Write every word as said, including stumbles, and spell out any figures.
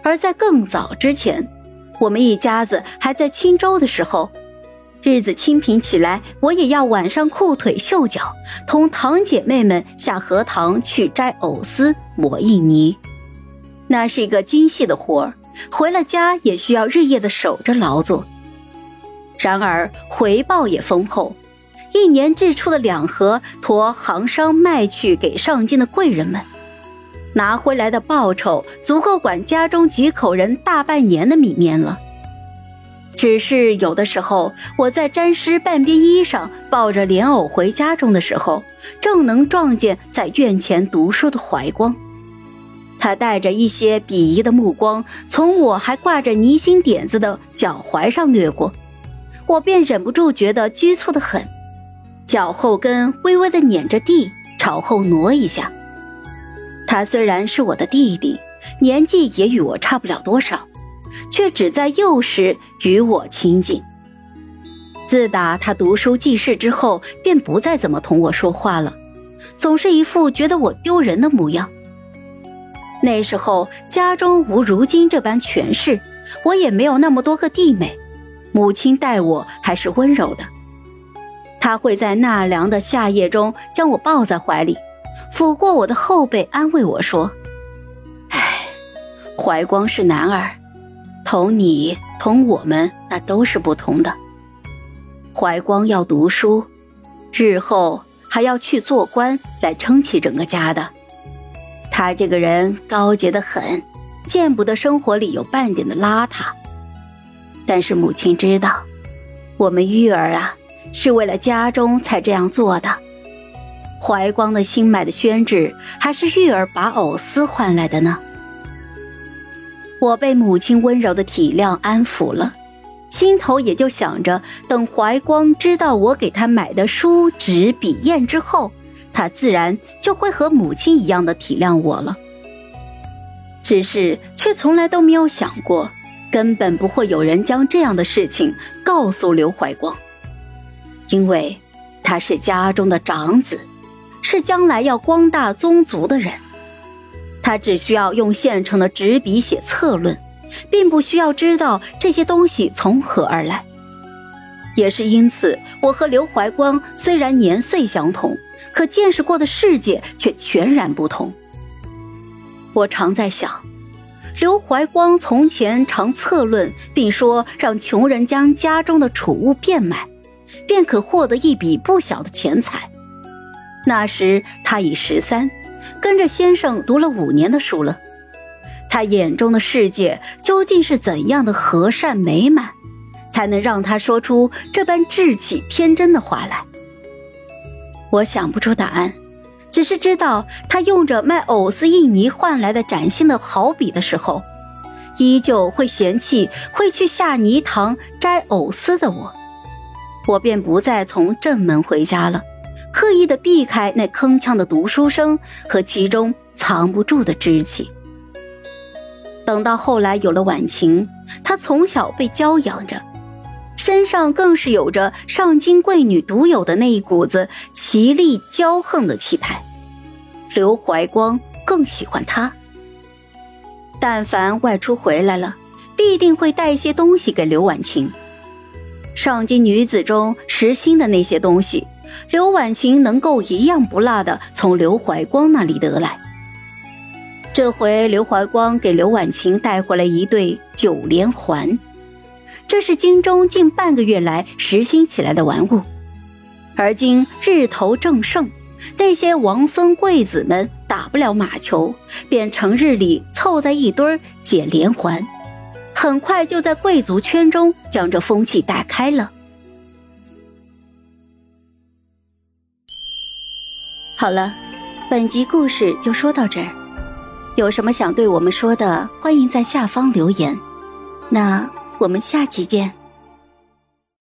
而在更早之前，我们一家子还在青州的时候，日子清贫起来，我也要晚上裤腿袖脚，同堂姐妹们下荷塘去摘藕丝磨印泥。那是一个精细的活儿，回了家也需要日夜的守着劳作。然而回报也丰厚，一年制出的两盒驮行商卖去给上京的贵人们，拿回来的报酬足够管家中几口人大半年的米面了。只是有的时候我在沾湿半边衣裳抱着莲藕回家中的时候，正能撞见在院前读书的怀光。他带着一些鄙夷的目光从我还挂着泥心点子的脚踝上掠过，我便忍不住觉得拘促得很，脚后跟微微地撵着地朝后挪一下。他虽然是我的弟弟，年纪也与我差不了多少，却只在幼时与我亲近。自打他读书记事之后，便不再怎么同我说话了，总是一副觉得我丢人的模样。那时候家中无如今这般权势，我也没有那么多个弟妹，母亲待我还是温柔的。她会在纳凉的夏夜中将我抱在怀里，抚过我的后背，安慰我说：唉，怀光是男儿，同你同我们那都是不同的。怀光要读书，日后还要去做官来撑起整个家的。他这个人高洁得很，见不得生活里有半点的邋遢。但是母亲知道，我们玉儿啊，是为了家中才这样做的。怀光的新买的宣纸，还是玉儿把藕丝换来的呢。我被母亲温柔的体谅安抚了，心头也就想着，等怀光知道我给他买的书纸笔砚之后，他自然就会和母亲一样的体谅我了。只是却从来都没有想过，根本不会有人将这样的事情告诉刘怀光，因为他是家中的长子，是将来要光大宗族的人。他只需要用现成的纸笔写策论，并不需要知道这些东西从何而来。也是因此，我和刘怀光虽然年岁相同，可见识过的世界却全然不同。我常在想，刘怀光从前常策论，并说让穷人将家中的储物变卖，便可获得一笔不小的钱财。那时他已十三，跟着先生读了五年的书了。他眼中的世界究竟是怎样的和善美满，才能让他说出这般稚气天真的话来？我想不出答案，只是知道他用着卖藕丝印泥换来的崭新的好笔的时候，依旧会嫌弃会去下泥塘摘藕丝的我。我便不再从正门回家了，刻意地避开那铿锵的读书声和其中藏不住的稚气。等到后来有了婉晴，她从小被娇养着，身上更是有着上京贵女独有的那一股子奇丽骄横的气派。刘怀光更喜欢她，但凡外出回来了，必定会带一些东西给刘婉晴。上京女子中实心的那些东西，刘婉晴能够一样不落地从刘怀光那里得来。这回刘怀光给刘婉晴带回来一对九连环，这是京中近半个月来实心起来的玩物。而今日头正盛，那些王孙贵子们打不了马球，便成日里凑在一堆儿解连环，很快就在贵族圈中将这风气带开了。好了，本集故事就说到这儿，有什么想对我们说的，欢迎在下方留言。那我们下集见。